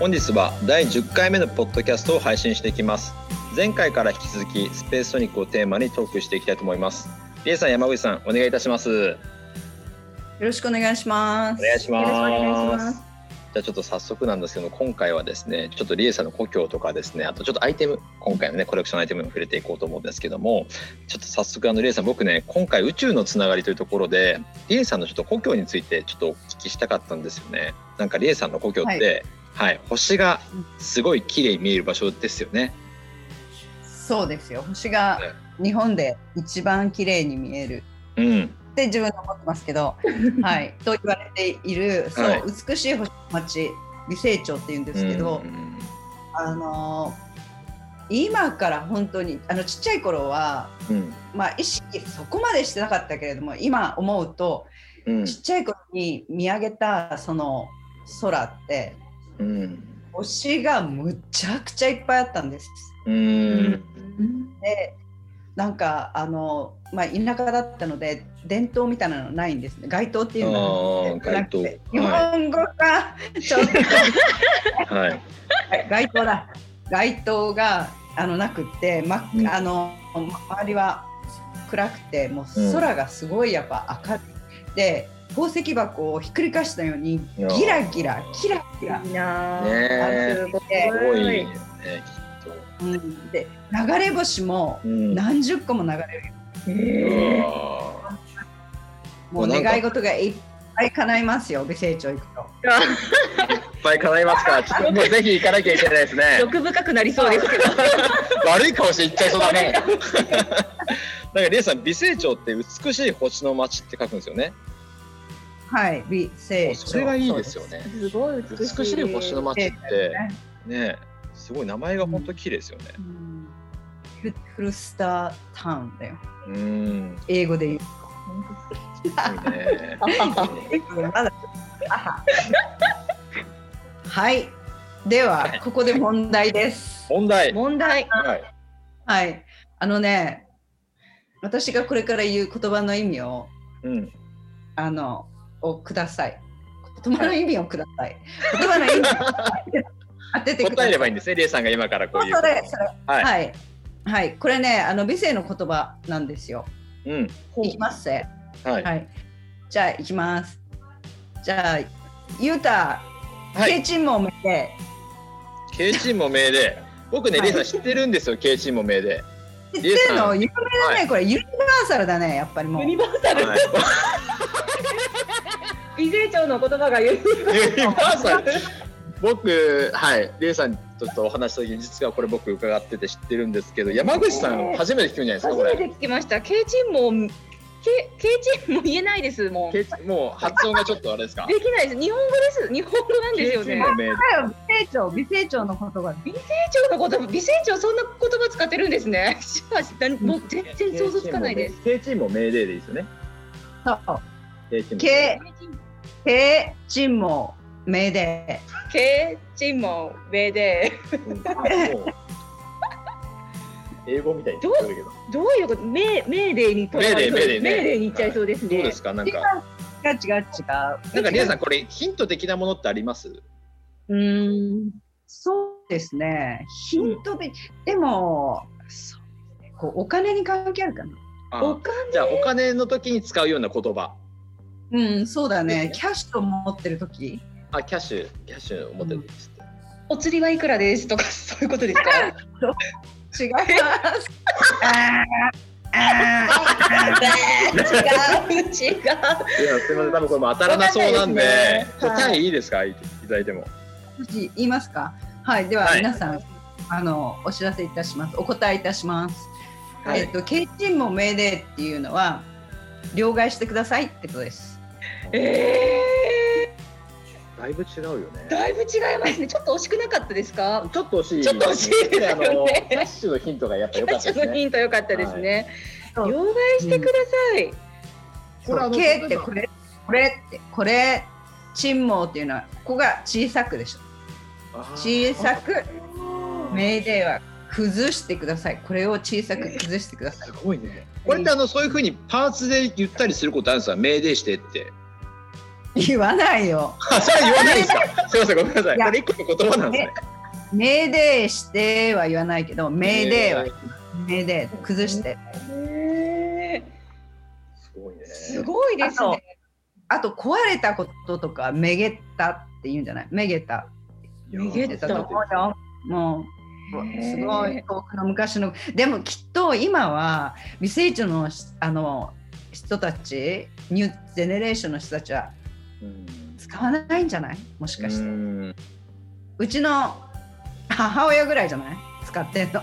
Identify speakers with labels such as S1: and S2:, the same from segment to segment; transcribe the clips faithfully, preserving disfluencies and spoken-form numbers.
S1: 本日はだいじゅっかいめのポッドキャストを配信していきます。前回から引き続きスペースソニックをテーマにトークしていきたいと思います。リエさん、山口さん、お願いいたします。よ
S2: ろしくお願いします。
S1: お願いします。
S3: よろしくお願いします。
S1: じゃあちょっと早速なんですけど、今回はですね、ちょっとリエさんの故郷とかですね、あとちょっとアイテム、今回のねコレクションアイテムに触れていこうと思うんですけども、ちょっと早速あのリエさん、僕ね今回宇宙のつながりというところでリエさんのちょっと故郷についてちょっとお聞きしたかったんですよね。なんかリエさんの故郷って、はいはい、星がすごい綺麗に見える場所ですよね。
S2: そうですよ。星が日本で一番綺麗に見える、
S1: うん、
S2: って自分で思ってますけど、はい、と言われている、そう、はい、美しい星の町、美星町っていうんですけど、うん、あの今から本当にあのちっちゃい頃は、うん、まあ意識そこまでしてなかったけれども、今思うと、うん、ちっちゃい頃に見上げたその空って、うん、星がむちゃくちゃいっぱいあったんです。うん、でなんかあの、まあ、田舎だったので電灯みたいなのないんですね。街灯っていうのがなくて、日本語がちょっと、はい、街灯だ街灯があのなくて、ま、うん、あの周りは暗くて、もう空がすごいやっぱ明るい、うん、で宝石箱をひっくり返したようにギラギラキラキラ、いいな
S3: ね、
S2: す
S1: ごいね、
S2: うん、で流れ星も何十個も流れるよ、うん、もう願い事がいっぱい叶いますよ、美星町行くと。
S1: いっぱい叶いますから、ちょっともうぜひ行かなきゃいけないですね。
S3: 欲深くなりそうですけど
S1: 悪い顔して行っちゃいそうだねだからリエさん、美星町って美しい星の町って書くんですよね。
S2: はい、美星町、
S1: それがいいですよね。
S3: すごい美しい
S1: 美しい星の町ってね、すごい名前が本当綺麗ですよね、うん、
S2: フ, フルスタータウンだよ、
S1: うん、
S2: 英語で言う
S1: いいね
S2: はい、ではここで問題です
S1: 問題
S3: 問題
S2: はい、はい、あのね、私がこれから言う言葉の意味を、うん、あのをください。言葉の意味をください。言葉の意味当ててください。
S1: 答えればいいんですね、リエさんが今からこういう。
S2: それそれ、はい、はい、はい、これね、あの美声の言葉なんですよ。うん。いきますね。はい、はい。じゃあいきます。じゃあゆうた、ケイチンモメで。
S1: ケイチンモメで。僕ね、リエさん知ってるんですよ、ケイチンモメで。
S2: 知ってるの？有名だね、これユニバーサルだね、やっぱりもう。
S3: ユニバーサル。美星町の言葉がユニ
S1: バーサル。僕、はい、リエさんちょっとお話した時に実はこれ僕伺ってて知ってるんですけど、山口さん初めて聞くんじゃないですか。これ
S3: 初めて聞きました。ケイチンもケケイチンも言えないですもん。
S1: もう発音がちょっとあれですか。
S3: できないです。日本語です。日本語なんですよね。
S2: 美星町、美星町の言葉。
S3: 美星町の言葉、美星町そんな言葉使ってるんですね。もう全然想像つかないです。
S1: ケイチンも命令でいいですよね。
S2: そう。ケケイチンも命令。
S3: ケイチンも命令。
S1: 英語みたいに
S3: どうどういうこと？命命令にとらわれそうです。命令に行っちゃいそうですね。
S1: どうですか、なんか。
S2: 違う違う違う。
S1: なんかリエさん、これヒント的なものってあります？
S2: うーん、そうですね。ヒントで、うん、でもそうですね。こうお金に関係あるかな。
S1: ああ、お金。じゃあお金の時に使うような言葉。
S2: うん、そうだね。キャッシュを持ってる時。
S1: あ、キャッシュ、キャッシュを持ってる時です。
S3: うん、お釣りはいくらですとかそういうことですか？
S2: 違います。あ
S3: 違う違う。いや、す
S1: みません、多分これも当たらなそうなんで、ね、答えいいですか、はい、いただいても。
S2: 言いますか。はい、では皆さん、はい、あのお知らせいたします。お答えいたします。はい、えっとケイチンも命令っていうのは両替してくださいってことです。
S3: えー、
S1: だいぶ違うよね。
S3: だいぶ違いますね。ちょっと惜しくなかったですか？
S1: ちょっと惜しい。
S3: ちょっと惜しいですよね。
S1: キャッシュのヒントがやっぱ良かったですね。
S3: キャッシュのヒント良かったですね。はい、両替してください。うん、
S2: これケってこれこれってこれ沈黙っていうのはここが小さくでしょ。小さく命令は崩してください。これを小さく崩してください。
S1: すごいね。これってあのそういう風にパーツで言ったりすることあるんですか？命令してって。
S2: 言わないよ。
S1: あ、それ言わないですか。すいません、ごめんなさい。これ一個の言葉なんですね。
S2: メーデーしては言わないけど、メーデーはメーデー崩して。
S3: へー、
S1: すごいね。
S3: すごいですね。
S2: あと、あと壊れたこととかめげたって言うんじゃない？めげた。
S3: めげた。
S2: もうすごい遠くの昔の。でもきっと今は未成長のあの人たち、ニュージェネレーションの人たちは使わないんじゃない？もしかして。うん、うちの母親ぐらいじゃない？使ってんの。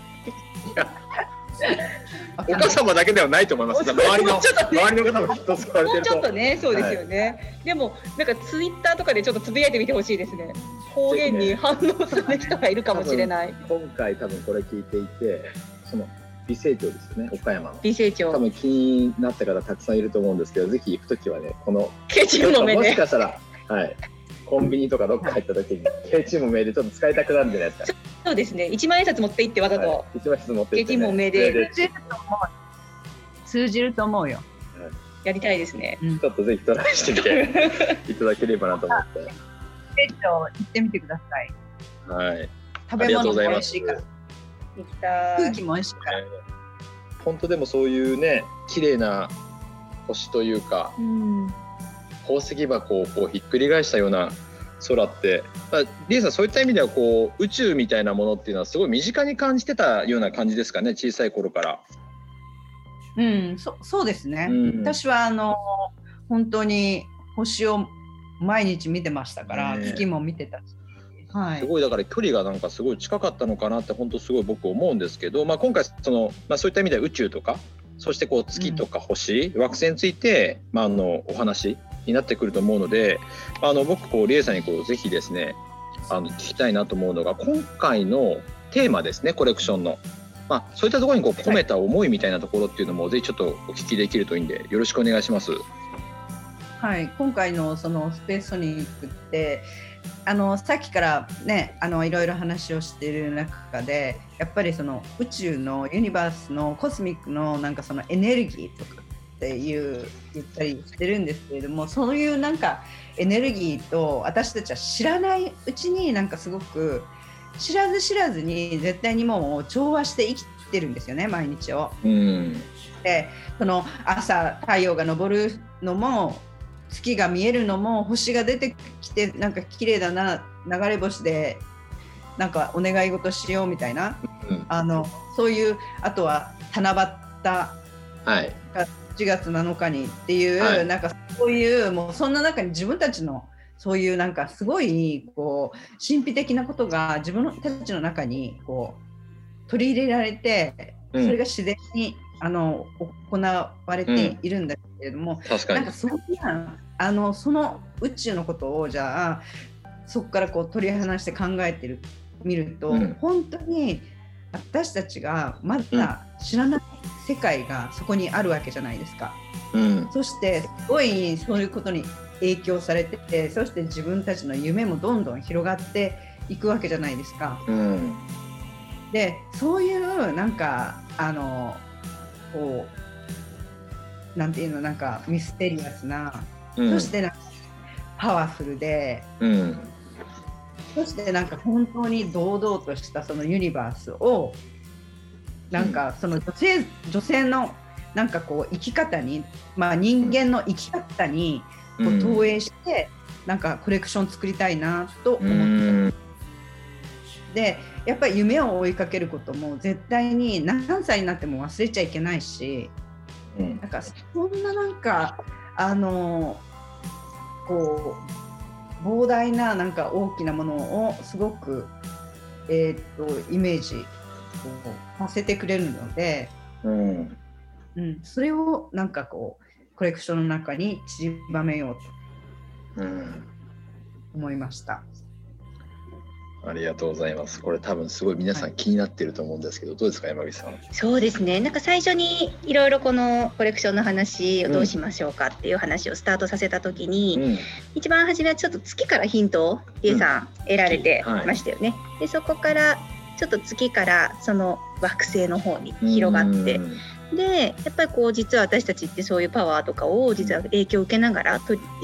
S1: お母様だけではないと思います。周りの周りの方もきっと使われてると。
S3: もうちょっとね、そうですよね。はい、でもなんかツイッターとかでちょっとつぶやいてみてほしいですね。方言に反応する人がいるかもしれない。
S1: 今回多分これ聞いていて、その美成長ですよね、岡山の。
S3: 美成長。
S1: 多分気になった方たくさんいると思うんですけど、ぜひ行くときはね、この
S3: ケチの目で。
S1: もしかしたら、はい。コンビニとかどっか入った時にケチも目でちょっと使いたくなるんじゃないですか。
S3: そうですね。一万円札持って行ってわざと。
S1: はい、一万円札持って行って、ね。
S3: ケチも目で。
S2: 通じると思うよ。
S3: やりたいですね。
S1: ちょっとぜひトライしてみていただければなと思って。
S2: えっと行ってみてください。
S1: はい。
S2: 食べ物も美味しいから。
S3: 行きたい。
S2: 空気も美味しいから。
S1: 本当でもそういうね、綺麗な星というか、うん、宝石箱をこうひっくり返したような空って、リエさんそういった意味ではこう宇宙みたいなものっていうのはすごい身近に感じてたような感じですかね、小さい頃から。
S2: うん、そ, そうですね、うん、私はあの本当に星を毎日見てましたから、ね、月も見てたし、はい、
S1: すごいだから距離がなんかすごい近かったのかなって本当すごい僕思うんですけど、まあ、今回その、まあ、そういった意味では宇宙とかそしてこう月とか星、うん、惑星について、まあ、あのお話になってくると思うので、あの僕こうリエさんにこうぜひですねあの聞きたいなと思うのが今回のテーマですね、コレクションの。まあ、そういったところにこう込めた思いみたいなところっていうのも、はい、ぜひちょっとお聞きできるといいんでよろしくお願いします。
S2: はい、今回のそのスペースソニックってあのさっきからねあのいろいろ話をしている中でやっぱりその宇宙のユニバースのコスミックのなんかそのエネルギーとかっていう言ったりしてるんですけれども、そういうなんかエネルギーと私たちは知らないうちになんかすごく知らず知らずに絶対にもう調和して生きてるんですよね、毎日を。うん、でその朝太陽が昇るのも月が見えるのも星が出てきてなんか綺麗だな、流れ星でなんかお願い事しようみたいな、うん、あのそういうあとは七夕がしちがつなのかにっていう、はい、なんかそういうもうそんな中に自分たちのそういうなんかすごいこう神秘的なことが自分たちの中にこう取り入れられて、それが自然にあの行われているんだけれども、うん、確かになんかそんなあのその宇宙のことをじゃあそこからこう取り離して考えてる見ると、うん、本当に私たちがまだ知らない世界がそこにあるわけじゃないですか、うん、そしてすごいそういうことに影響されてて、そして自分たちの夢もどんどん広がっていくわけじゃないですか、うん、でそういうなんかあのこうなんていうのなんかミステリアスな、うん、そしてなんかパワフルで、うん、そしてなんか本当に堂々としたそのユニバースをなんかその女性、女性のなんかこう生き方に、まあ、人間の生き方にこう投影して、うん、なんかコレクション作りたいなと思ってた、うん、でやっぱり夢を追いかけることも絶対に何歳になっても忘れちゃいけないし、うん、なんかそんななんかあのこう膨大ななんか大きなものをすごく、えー、っとイメージさせてくれるので、うんうん、それをなんかこうコレクションの中に散りばめようと思いました、
S1: うん、ありがとうございます。これ多分すごい皆さん気になっていると思うんですけど、はい、どうですか山口さん。
S3: そうですね、なんか最初にいろいろこのコレクションの話をどうしましょうかっていう話をスタートさせた時に、うん、一番初めはちょっと月からヒントをリエさん得られてましたよね、はい、でそこからちょっと月からその惑星の方に広がって、でやっぱりこう実は私たちってそういうパワーとかを実は影響を受けながらと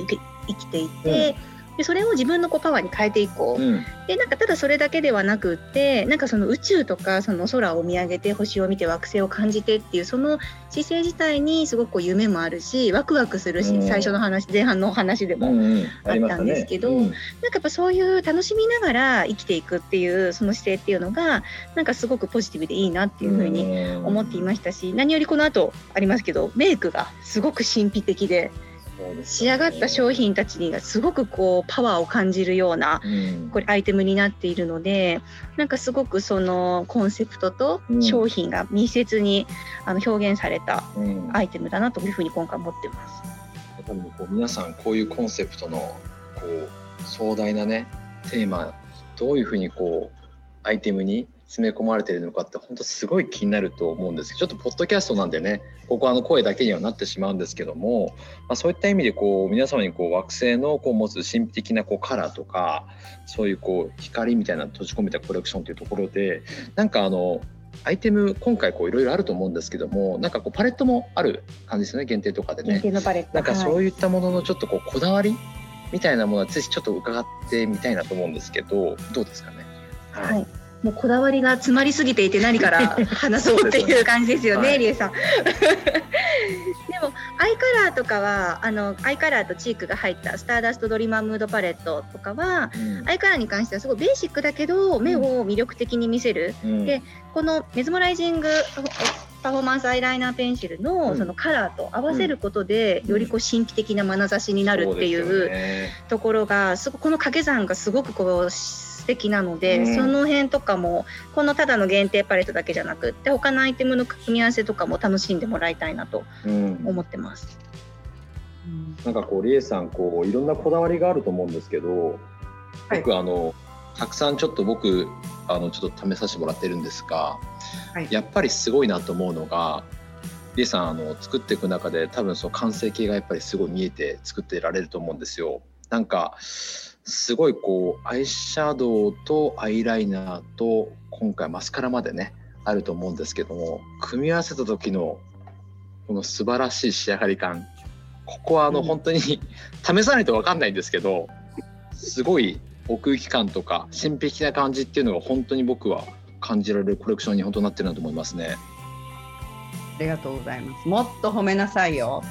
S3: 生きていて、うん、でそれを自分のこうパワーに変えていこう、うん、でなんかただそれだけではなくってなんかその宇宙とかその空を見上げて星を見て惑星を感じてっていうその姿勢自体にすごくこう夢もあるしワクワクするし、うん、最初の話前半の話でもあったんですけど、うんうんねうん、なんかやっぱそういう楽しみながら生きていくっていうその姿勢っていうのがなんかすごくポジティブでいいなっていうふうに思っていましたし、何よりこの後ありますけどメイクがすごく神秘的で仕上がった商品たちにがすごくこうパワーを感じるようなこれアイテムになっているので、なんかすごくそのコンセプトと商品が密接にあの表現されたアイテムだなというふうに今回思ってます。
S1: やっぱりこう皆さんこういうコンセプトのこう壮大なねテーマどういうふうにこうアイテムに詰め込まれているのかって本当すごい気になると思うんですけど、ちょっとポッドキャストなんでねここはあの声だけにはなってしまうんですけども、まあ、そういった意味でこう皆様にこう惑星のこう持つ神秘的なこうカラーとかそういうこう光みたいなのを閉じ込めたコレクションというところでなんかあのアイテム今回こういろいろあると思うんですけども、なんかこうパレットもある感じですよね、限定とかでね。
S3: 限定のパレット。
S1: なんかそういったもののちょっとこうこだわりみたいなものはぜひちょっと伺ってみたいなと思うんですけど、どうですかね。
S3: はい、はい、もうこだわりが詰まりすぎていて何から話そうっていう感じですよね、りえさん。でもアイカラーとかはあのアイカラーとチークが入ったスターダストドリーマームードパレットとかは、うん、アイカラーに関してはすごいベーシックだけど目を魅力的に見せる、うん、でこのメズモライジングパフォーマンスアイライナーペンシル の, そのカラーと合わせることで、うん、よりこう神秘的な眼差しになるっていうところがすごくこの掛け算がすごくこう素敵なので、うん、その辺とかもこのただの限定パレットだけじゃなくって他のアイテムの組み合わせとかも楽しんでもらいたいなと思ってます、
S1: うん、なんかこうりえさんこういろんなこだわりがあると思うんですけど、僕、はい、あのたくさんちょっと僕あのちょっと試させてもらってるんですが、はい、やっぱりすごいなと思うのがりえさんあの作っていく中で多分その完成形がやっぱりすごい見えて作ってられると思うんですよ。なんかすごいこうアイシャドウとアイライナーと今回マスカラまでねあると思うんですけども、組み合わせた時のこの素晴らしい仕上がり感、ここはあの本当に、うん、試さないと分かんないんですけどすごい奥行き感とか神秘的な感じっていうのが本当に僕は感じられるコレクションに本当になってるなと思いますね。
S2: ありがとうございます。もっと褒めなさいよ。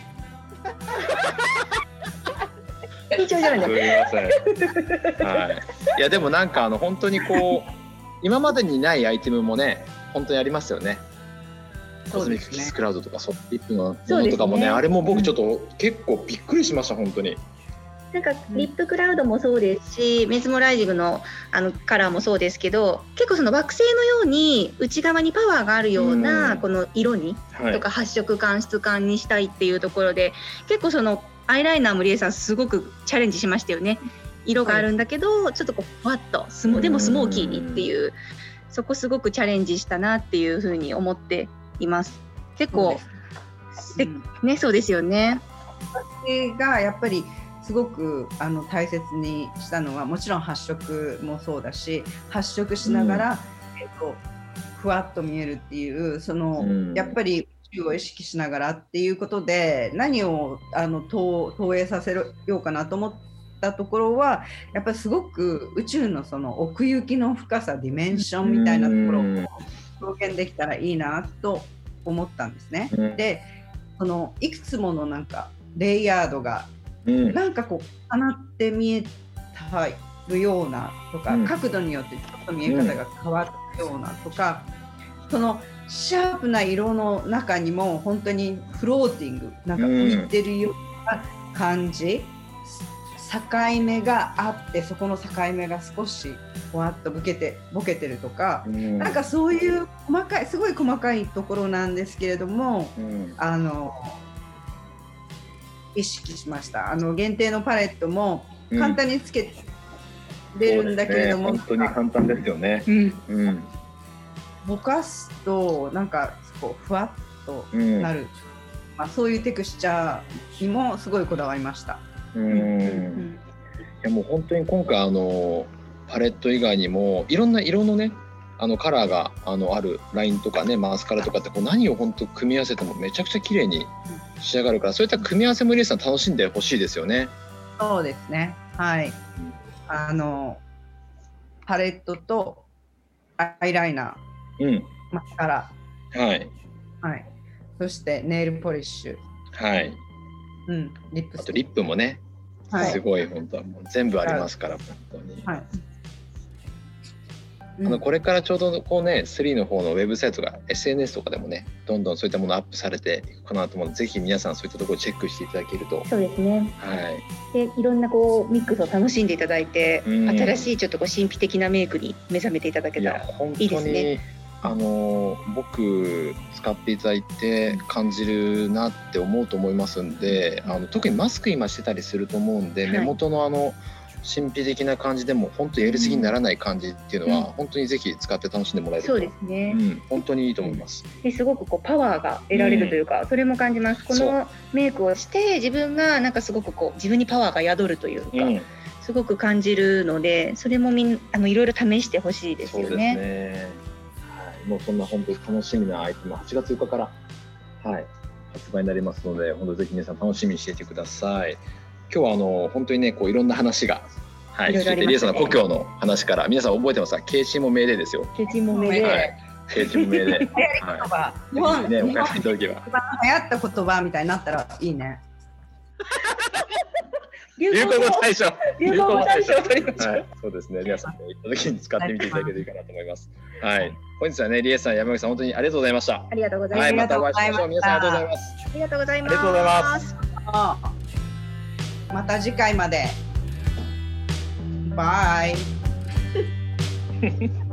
S3: 緊張じゃない。
S1: すみません。はい。いやでもなんかあの本当にこう今までにないアイテムもね本当にありますよね。コスミックキスクラウドとかソッピップのものとかもね、あれも僕ちょっと結構びっくりしました本当に。
S3: なんかリップクラウドもそうですし、メズモライジング の, あのカラーもそうですけど、結構その惑星のように内側にパワーがあるようなこの色に、はい、とか発色感質感にしたいっていうところで、結構そのアイライナーもりえさんすごくチャレンジしましたよね。色があるんだけど、はい、ちょっとこうふわっとスモでもスモーキーにっていう、そこすごくチャレンジしたなっていうふうに思っています。結構で、うん、ね、そうですよね。
S2: 私がやっぱりすごくあの大切にしたのはもちろん発色もそうだし、発色しながら、うん、えっと、ふわっと見えるっていうその、うん、やっぱり宇宙を意識しながらっていうことで何をあの 投, 投影させようかなと思ったところはやっぱりすごく宇宙のその奥行きの深さディメンションみたいなところを表現できたらいいなと思ったんですね。うん、でそのいくつものなんかレイヤードがうん、なんかこう重なって見えたるようなとか、うん、角度によってちょっと見え方が変わるようなとか、うん、そのシャープな色の中にも本当にフローティングなんか浮いてるような感じ、うん、境目があってそこの境目が少しふわっとボケてボケてるとか、うん、なんかそういう細かいすごい細かいところなんですけれども、うん、あの意識しました。あの限定のパレットも簡単につけれるんだけれども、
S1: うん、そうですね、本当に簡単ですよね。
S2: うんうん、ぼかすとなんかこうふわっとなる、うん、まあ、そういうテクスチャーにもすごいこだわりました。
S1: うん、うん、いやもう本当に今回あのパレット以外にもいろんな色のねあのカラーが あ, のあるラインとかねマスカラとかってこう何を本当組み合わせてもめちゃくちゃ綺麗に仕上がるから、そういった組み合わせもリエさん楽しんでほしいですよね。
S2: そうですね。はい。うん、あのパレットとアイライナー、うん、マスカラ、はいはい。そしてネイルポリッシュ、はい。うん、リップスティック、あとリップもね、はい、すごい本当はもう全部ありますから、はい、本当に。はい。あのこれからちょうどこうねスリーの方のウェブサイトが エスエヌエス とかでもねどんどんそういったものアップされていくかなと思うので、ぜひ皆さんそういったところをチェックしていただけると。
S3: そうですね、はい、でいろんなこうミックスを楽しんでいただいて、うん、新しいちょっとこう神秘的なメイクに目覚めていただけたらいいですね。
S1: あの僕使っていただいて感じるなって思うと思いますんで、あの特にマスク今してたりすると思うんで、はい、目元のあの神秘的な感じでも本当にやりすぎにならない感じっていうのは、うん、本当にぜひ使って楽しんでもらえると、
S3: そうですね、
S1: うん、本当にいいと思います。
S3: ですごくこうパワーが得られるというか、うん、それも感じます。このメイクをして自分がなんかすごくこう自分にパワーが宿るというか、うん、すごく感じるので、それもみんあのいろいろ試してほしいですよね。そうですね、
S1: はい、もうそんな本当に楽しみなアイテムはちがつよっかから、はい、発売になりますので、本当ぜひ皆さん楽しみにしていてください。今日はあの本当にねこういろんな話が、はい、いろいろありますね。リエさんの故郷の話から皆さん覚えてますか？ケイチンも命令ですよ。
S3: ケイチンも命令。はい、
S1: ケイチンも命令。
S2: 流行り言葉。日本ね、お金いただけば。一番流行った言葉みたいになったらいいね。
S1: 流行語大賞。流行語大賞を取りましょう。はい、そうですね。皆さんね行った時に使ってみていただけるといいかなと思います。はい。本日はねリエさん、山口さん本当にありがとうございました。
S3: ありがとうございます。
S1: はい、またお会いしましょう。皆さんありがとうございます。
S3: ありがとうございます。
S1: ありがとうございます。
S2: また次回まで。バイ。